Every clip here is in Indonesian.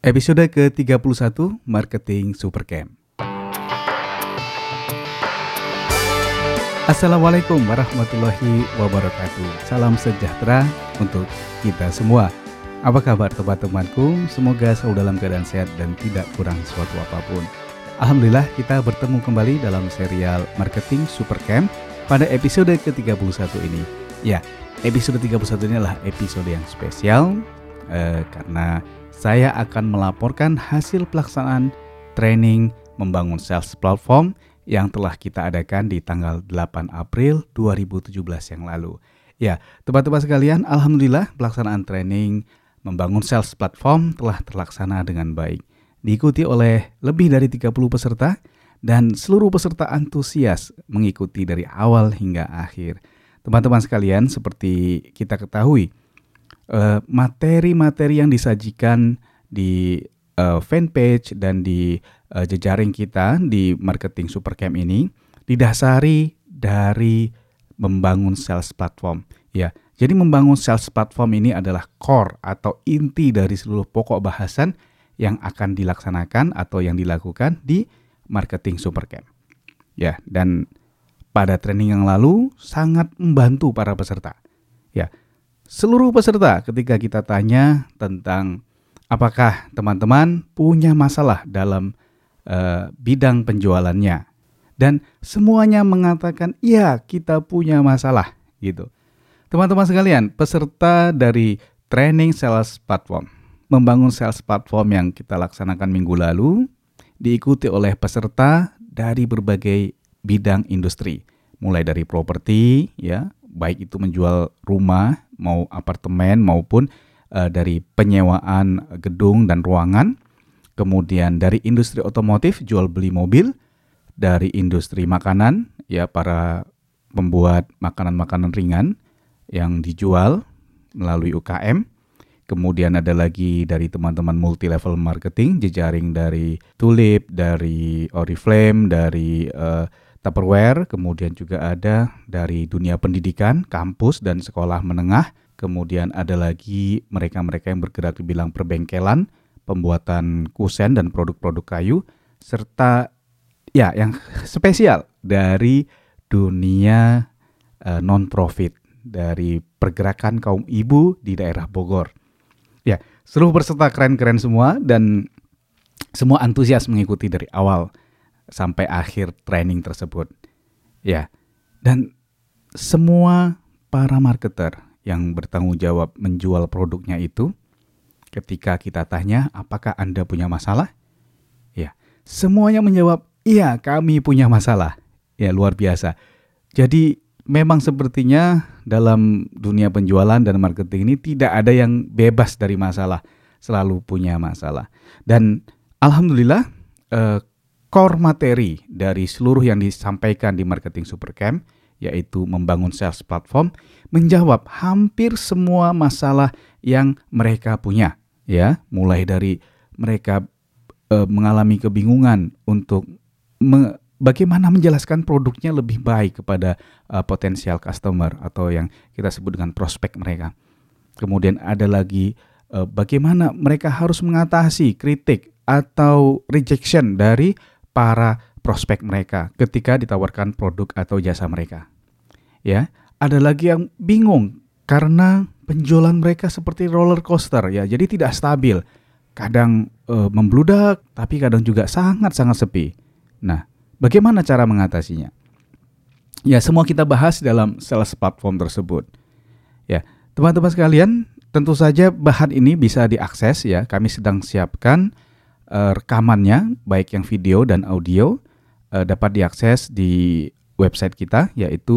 Episode ke-31 Marketing Supercamp. Assalamualaikum warahmatullahi wabarakatuh. Salam sejahtera untuk kita semua. Apa kabar teman-temanku? Semoga selalu dalam keadaan sehat dan tidak kurang suatu apapun. Alhamdulillah kita bertemu kembali dalam serial Marketing Supercamp pada episode ke-31 ini. Ya, episode 31 ini adalah episode yang spesial karena saya akan melaporkan hasil pelaksanaan training membangun sales platform yang telah kita adakan di tanggal 8 April 2017 yang lalu. Ya, teman-teman sekalian, alhamdulillah pelaksanaan training membangun sales platform telah terlaksana dengan baik. Diikuti oleh lebih dari 30 peserta dan seluruh peserta antusias mengikuti dari awal hingga akhir. Teman-teman sekalian, seperti kita ketahui, materi-materi yang disajikan di fanpage dan di jejaring kita di Marketing Supercamp ini didasari dari membangun sales platform. Ya, jadi membangun sales platform ini adalah core atau inti dari seluruh pokok bahasan yang akan dilaksanakan atau yang dilakukan di Marketing Supercamp. Ya, dan pada training yang lalu sangat membantu para peserta. Ya, seluruh peserta ketika kita tanya tentang apakah teman-teman punya masalah dalam bidang penjualannya, dan semuanya mengatakan iya kita punya masalah gitu. Teman-teman sekalian, peserta dari training sales platform, membangun sales platform yang kita laksanakan minggu lalu diikuti oleh peserta dari berbagai bidang industri, mulai dari properti, ya, baik itu menjual rumah, mau apartemen maupun dari penyewaan gedung dan ruangan, kemudian dari industri otomotif, jual beli mobil, dari industri makanan, ya para pembuat makanan-makanan ringan yang dijual melalui UKM, kemudian ada lagi dari teman-teman multi level marketing, jejaring dari Tulip, dari Oriflame, dari Tupperware, kemudian juga ada dari dunia pendidikan, kampus dan sekolah menengah, kemudian ada lagi mereka-mereka yang bergerak di bidang perbengkelan, pembuatan kusen dan produk-produk kayu, serta ya yang spesial dari dunia non-profit, dari pergerakan kaum ibu di daerah Bogor. Ya, seluruh peserta keren-keren semua dan semua antusias mengikuti dari awal sampai akhir training tersebut. Ya, dan semua para marketer yang bertanggung jawab menjual produknya itu, ketika kita tanya apakah Anda punya masalah? Ya, semuanya menjawab, iya kami punya masalah. Ya, luar biasa. Jadi memang sepertinya dalam dunia penjualan dan marketing ini tidak ada yang bebas dari masalah, selalu punya masalah. Dan alhamdulillah core materi dari seluruh yang disampaikan di Marketing Supercamp, yaitu membangun sales platform, menjawab hampir semua masalah yang mereka punya. Ya, mulai dari mereka mengalami kebingungan untuk bagaimana menjelaskan produknya lebih baik kepada potensial customer atau yang kita sebut dengan prospek mereka. Kemudian ada lagi bagaimana mereka harus mengatasi kritik atau rejection dari para prospek mereka ketika ditawarkan produk atau jasa mereka. Ya, ada lagi yang bingung karena penjualan mereka seperti roller coaster, ya, jadi tidak stabil. Kadang membludak, tapi kadang juga sangat-sangat sepi. Nah, bagaimana cara mengatasinya? Ya, semua kita bahas dalam sales platform tersebut. Ya, teman-teman sekalian, tentu saja bahan ini bisa diakses, ya. Kami sedang siapkan rekamannya, baik yang video dan audio, dapat diakses di website kita, yaitu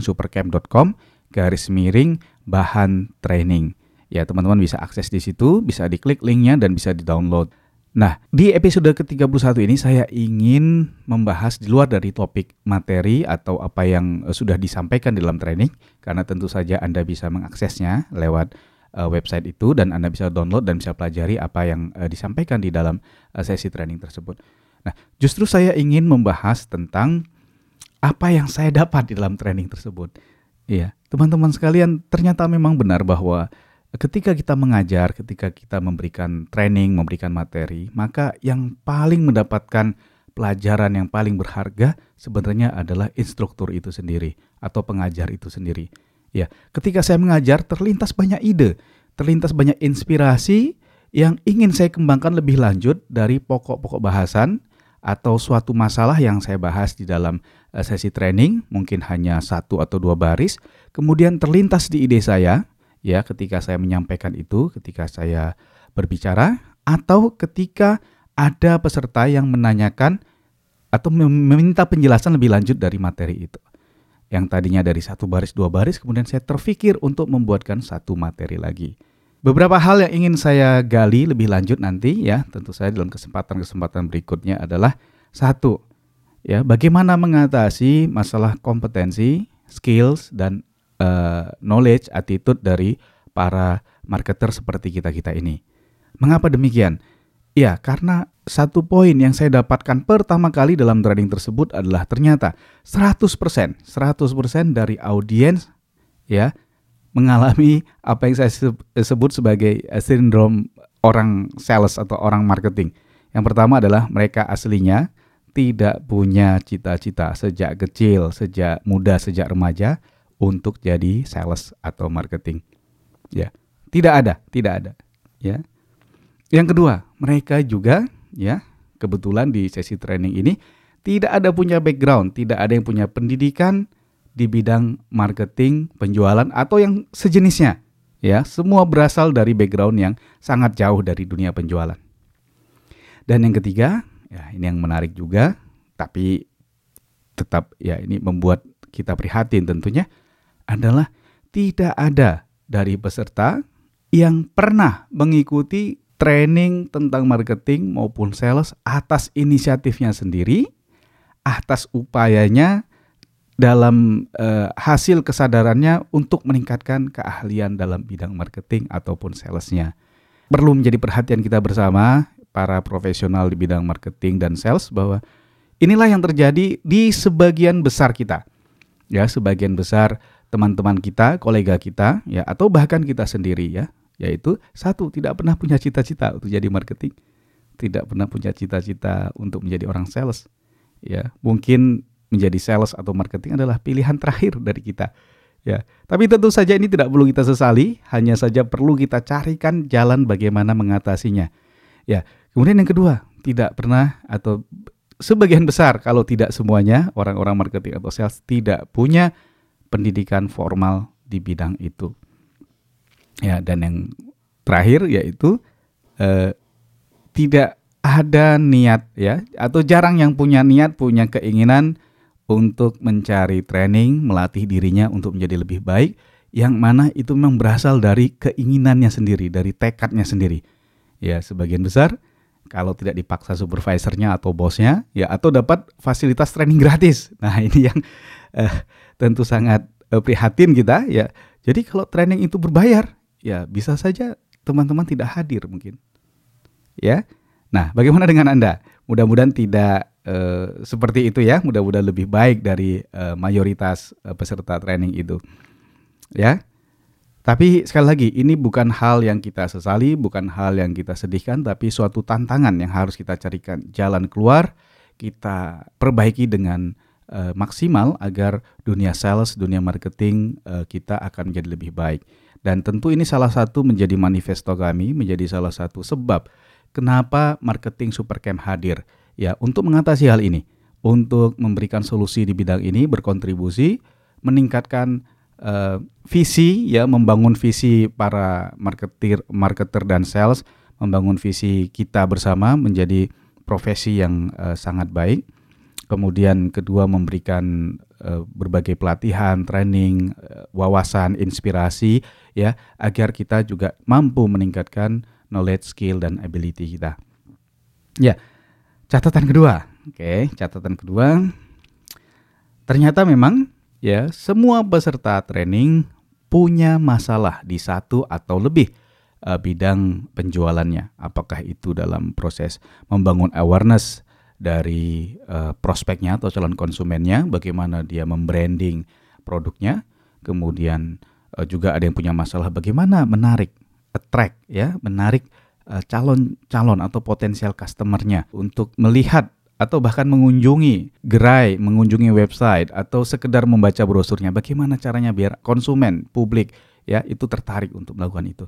marketingsupercamp.com/bahan training. Ya, teman-teman bisa akses di situ, bisa diklik linknya dan bisa di-download. Nah, di episode ke-31 ini saya ingin membahas di luar dari topik materi atau apa yang sudah disampaikan dalam training, karena tentu saja Anda bisa mengaksesnya lewat website itu dan Anda bisa download dan bisa pelajari apa yang disampaikan di dalam sesi training tersebut. Nah, justru saya ingin membahas tentang apa yang saya dapat di dalam training tersebut. Iya, teman-teman sekalian, ternyata memang benar bahwa ketika kita mengajar, ketika kita memberikan training, memberikan materi, maka yang paling mendapatkan pelajaran yang paling berharga sebenarnya adalah instruktur itu sendiri atau pengajar itu sendiri. Ya, ketika saya mengajar terlintas banyak ide, terlintas banyak inspirasi yang ingin saya kembangkan lebih lanjut dari pokok-pokok bahasan atau suatu masalah yang saya bahas di dalam sesi training, mungkin hanya 1 atau 2 baris, kemudian terlintas di ide saya, ya, ketika saya menyampaikan itu, ketika saya berbicara, atau ketika ada peserta yang menanyakan atau meminta penjelasan lebih lanjut dari materi itu. Yang tadinya dari 1 baris, 2 baris, kemudian saya terfikir untuk membuatkan 1 materi lagi. Beberapa hal yang ingin saya gali lebih lanjut nanti, ya, tentu saja dalam kesempatan-kesempatan berikutnya adalah 1, ya, bagaimana mengatasi masalah kompetensi, skills, dan knowledge, attitude dari para marketer seperti kita-kita ini. Mengapa demikian? Ya, karena 1 poin yang saya dapatkan pertama kali dalam training tersebut adalah ternyata 100% dari audiens, ya, mengalami apa yang saya sebut sebagai sindrom orang sales atau orang marketing. Yang pertama adalah mereka aslinya tidak punya cita-cita sejak kecil, sejak muda, sejak remaja untuk jadi sales atau marketing. Ya, tidak ada, ya. Yang kedua, mereka juga, ya, kebetulan di sesi training ini tidak ada punya background, tidak ada yang punya pendidikan di bidang marketing, penjualan atau yang sejenisnya. Ya, semua berasal dari background yang sangat jauh dari dunia penjualan. Dan yang ketiga, ya, ini yang menarik juga, tapi tetap, ya, ini membuat kita prihatin tentunya, adalah tidak ada dari peserta yang pernah mengikuti training tentang marketing maupun sales atas inisiatifnya sendiri, atas upayanya dalam hasil kesadarannya untuk meningkatkan keahlian dalam bidang marketing ataupun salesnya. Perlu menjadi perhatian kita bersama, para profesional di bidang marketing dan sales, bahwa inilah yang terjadi di sebagian besar kita. Ya, sebagian besar teman-teman kita, kolega kita, ya, atau bahkan kita sendiri, ya. Yaitu 1, tidak pernah punya cita-cita untuk jadi marketing, tidak pernah punya cita-cita untuk menjadi orang sales. Ya, mungkin menjadi sales atau marketing adalah pilihan terakhir dari kita. Ya, tapi tentu saja ini tidak perlu kita sesali, hanya saja perlu kita carikan jalan bagaimana mengatasinya. Ya, kemudian yang kedua, tidak pernah atau sebagian besar, kalau tidak semuanya, orang-orang marketing atau sales tidak punya pendidikan formal di bidang itu. Ya, dan yang terakhir yaitu tidak ada niat, ya, atau jarang yang punya niat, punya keinginan untuk mencari training, melatih dirinya untuk menjadi lebih baik, yang mana itu memang berasal dari keinginannya sendiri, dari tekadnya sendiri. Ya, sebagian besar kalau tidak dipaksa supervisornya atau bosnya, ya, atau dapat fasilitas training gratis. Nah, ini yang tentu sangat prihatin kita, ya. Jadi kalau training itu berbayar, ya, bisa saja teman-teman tidak hadir mungkin. Ya. Nah, bagaimana dengan Anda? Mudah-mudahan tidak seperti itu, ya. Mudah-mudahan lebih baik dari mayoritas peserta training itu. Ya. Tapi sekali lagi, ini bukan hal yang kita sesali, bukan hal yang kita sedihkan, tapi suatu tantangan yang harus kita carikan jalan keluar, kita perbaiki dengan maksimal agar dunia sales, dunia marketing kita akan menjadi lebih baik. Dan tentu ini salah satu menjadi manifesto kami, menjadi salah satu sebab kenapa Marketing Supercamp hadir, ya, untuk mengatasi hal ini, untuk memberikan solusi di bidang ini, berkontribusi, meningkatkan visi, ya, membangun visi para marketer dan sales, membangun visi kita bersama menjadi profesi yang sangat baik. Kemudian kedua, memberikan berbagai pelatihan, training, wawasan, inspirasi, ya, agar kita juga mampu meningkatkan knowledge, skill, dan ability kita. Ya, catatan kedua. Catatan kedua, ternyata memang, ya, semua peserta training punya masalah di 1 atau lebih bidang penjualannya. Apakah itu dalam proses membangun awareness dari prospeknya atau calon konsumennya, bagaimana dia membranding produknya, kemudian juga ada yang punya masalah bagaimana menarik attract ya, menarik calon-calon atau potensial customer-nya untuk melihat atau bahkan mengunjungi gerai, mengunjungi website atau sekedar membaca brosurnya. Bagaimana caranya biar konsumen, publik ya itu tertarik untuk melakukan itu.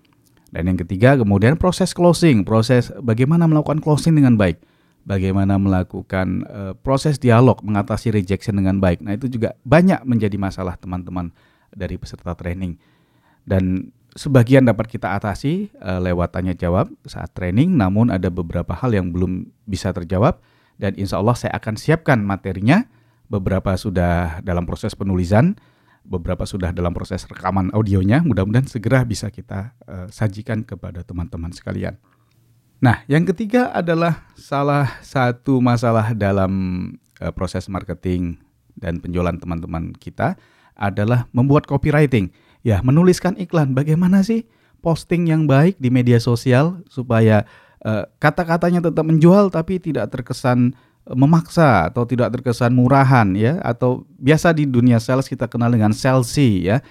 Dan yang ketiga kemudian proses closing, proses bagaimana melakukan closing dengan baik. Bagaimana melakukan proses dialog, mengatasi rejection dengan baik. Nah, itu juga banyak menjadi masalah teman-teman dari peserta training. Dan sebagian dapat kita atasi lewat tanya jawab saat training, namun ada beberapa hal yang belum bisa terjawab dan insya Allah saya akan siapkan materinya. Beberapa sudah dalam proses penulisan, beberapa sudah dalam proses rekaman audionya. Mudah-mudahan segera bisa kita sajikan kepada teman-teman sekalian. Nah, yang ketiga adalah salah satu masalah dalam proses marketing dan penjualan teman-teman kita adalah membuat copywriting. Ya, menuliskan iklan. Bagaimana sih posting yang baik di media sosial supaya kata-katanya tetap menjual tapi tidak terkesan memaksa atau tidak terkesan murahan ya, atau biasa di dunia sales kita kenal dengan salesy ya.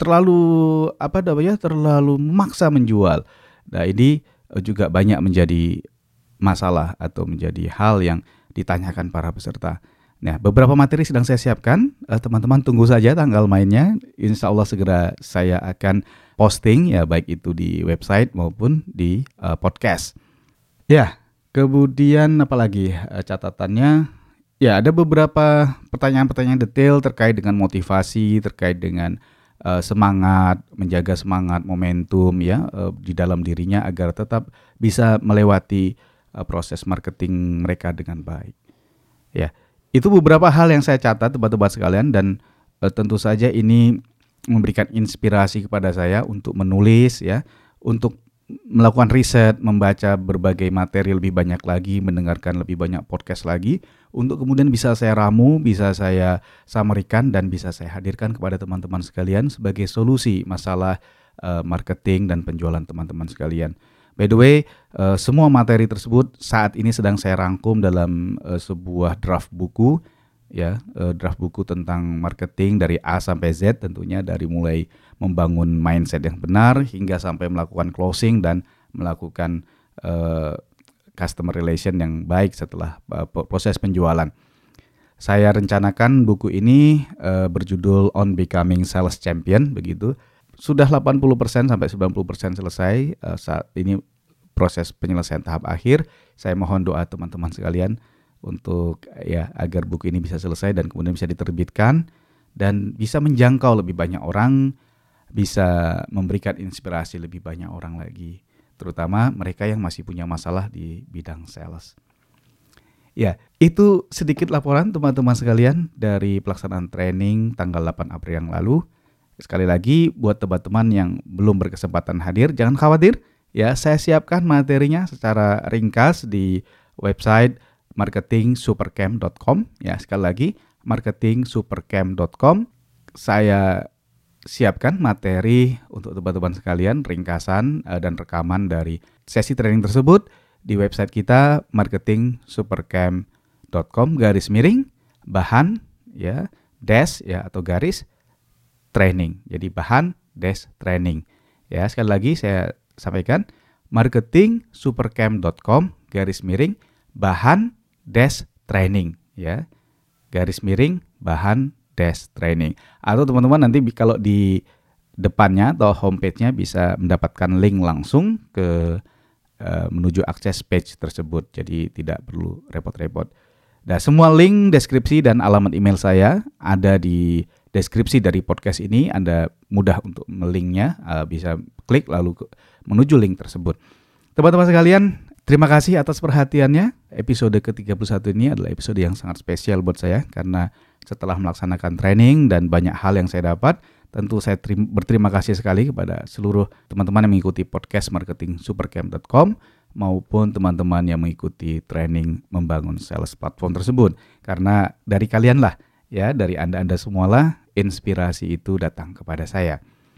Terlalu terlalu memaksa menjual. Nah, ini juga banyak menjadi masalah atau menjadi hal yang ditanyakan para peserta. Nah, beberapa materi sedang saya siapkan, teman-teman tunggu saja tanggal mainnya. Insya Allah segera saya akan posting ya, baik itu di website maupun di podcast. Ya, kemudian apalagi catatannya? Ya, ada beberapa pertanyaan-pertanyaan detail terkait dengan motivasi, terkait dengan semangat, menjaga semangat, momentum ya di dalam dirinya agar tetap bisa melewati proses marketing mereka dengan baik. Ya. Itu beberapa hal yang saya catat teman-teman sekalian dan tentu saja ini memberikan inspirasi kepada saya untuk menulis ya, untuk melakukan riset, membaca berbagai materi lebih banyak lagi, mendengarkan lebih banyak podcast lagi untuk kemudian bisa saya ramu, bisa saya summary-kan dan bisa saya hadirkan kepada teman-teman sekalian sebagai solusi masalah marketing dan penjualan teman-teman sekalian. By the way, semua materi tersebut saat ini sedang saya rangkum dalam sebuah draft buku, ya, draft buku tentang marketing dari A sampai Z tentunya, dari mulai membangun mindset yang benar hingga sampai melakukan closing dan melakukan customer relation yang baik setelah proses penjualan. Saya rencanakan buku ini berjudul On Becoming Sales Champion, begitu. Sudah 80% sampai 90% selesai. Saat ini proses penyelesaian tahap akhir. Saya mohon doa teman-teman sekalian untuk ya agar buku ini bisa selesai dan kemudian bisa diterbitkan dan bisa menjangkau lebih banyak orang, bisa memberikan inspirasi lebih banyak orang lagi, terutama mereka yang masih punya masalah di bidang sales. Ya, itu sedikit laporan teman-teman sekalian dari pelaksanaan training tanggal 8 April yang lalu. Sekali lagi buat teman-teman yang belum berkesempatan hadir, jangan khawatir ya, saya siapkan materinya secara ringkas di website marketingsupercamp.com ya. Sekali lagi marketingsupercamp.com. Saya siapkan materi untuk teman-teman sekalian, ringkasan dan rekaman dari sesi training tersebut di website kita marketingsupercamp.com/bahan ya, dash ya atau garis training. Jadi bahan dash training. Ya, sekali lagi saya sampaikan marketingsupercamp.com/bahan dash training ya. _bahan dash training. Atau teman-teman nanti kalau di depannya atau homepage-nya bisa mendapatkan link langsung ke menuju akses page tersebut. Jadi tidak perlu repot-repot. Nah, semua link, deskripsi dan alamat email saya ada di deskripsi dari podcast ini. Anda mudah untuk melinknya, bisa klik lalu menuju link tersebut. Teman-teman sekalian, terima kasih atas perhatiannya. Episode ke-31 ini adalah episode yang sangat spesial buat saya karena setelah melaksanakan training dan banyak hal yang saya dapat, tentu saya berterima kasih sekali kepada seluruh teman-teman yang mengikuti podcast marketingsupercamp.com maupun teman-teman yang mengikuti training membangun sales platform tersebut. Karena dari kalianlah ya, dari Anda semualah inspirasi itu datang kepada saya.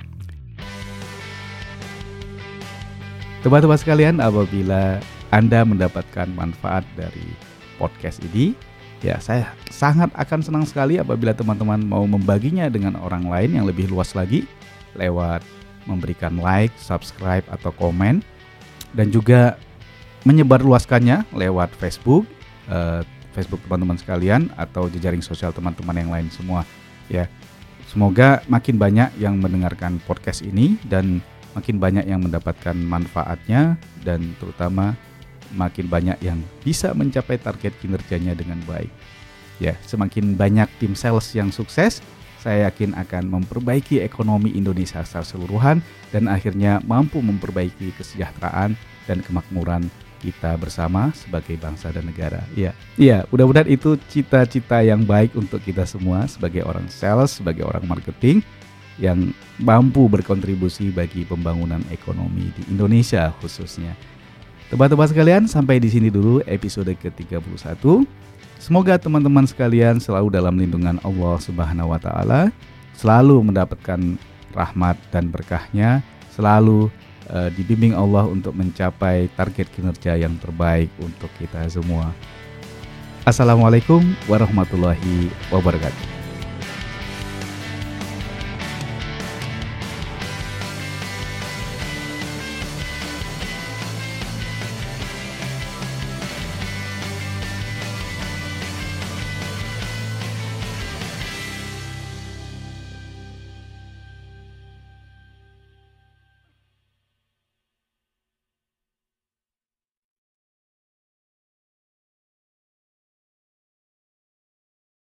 Teman-teman sekalian, apabila Anda mendapatkan manfaat dari podcast ini, ya saya sangat akan senang sekali apabila teman-teman mau membaginya dengan orang lain yang lebih luas lagi lewat memberikan like, subscribe atau komen, dan juga menyebarluaskannya lewat Facebook, Facebook teman-teman sekalian atau jejaring sosial teman-teman yang lain semua ya. Semoga makin banyak yang mendengarkan podcast ini dan makin banyak yang mendapatkan manfaatnya, dan terutama makin banyak yang bisa mencapai target kinerjanya dengan baik. Ya, semakin banyak tim sales yang sukses, saya yakin akan memperbaiki ekonomi Indonesia secara keseluruhan dan akhirnya mampu memperbaiki kesejahteraan dan kemakmuran kita bersama sebagai bangsa dan negara. Iya, mudah-mudahan itu cita-cita yang baik untuk kita semua sebagai orang sales, sebagai orang marketing yang mampu berkontribusi bagi pembangunan ekonomi di Indonesia khususnya. Teman-teman sekalian, sampai di sini dulu episode ke-31. Semoga teman-teman sekalian selalu dalam lindungan Allah Subhanahu wa taala, selalu mendapatkan rahmat dan berkahnya, selalu dibimbing Allah untuk mencapai target kinerja yang terbaik untuk kita semua. Assalamualaikum warahmatullahi wabarakatuh.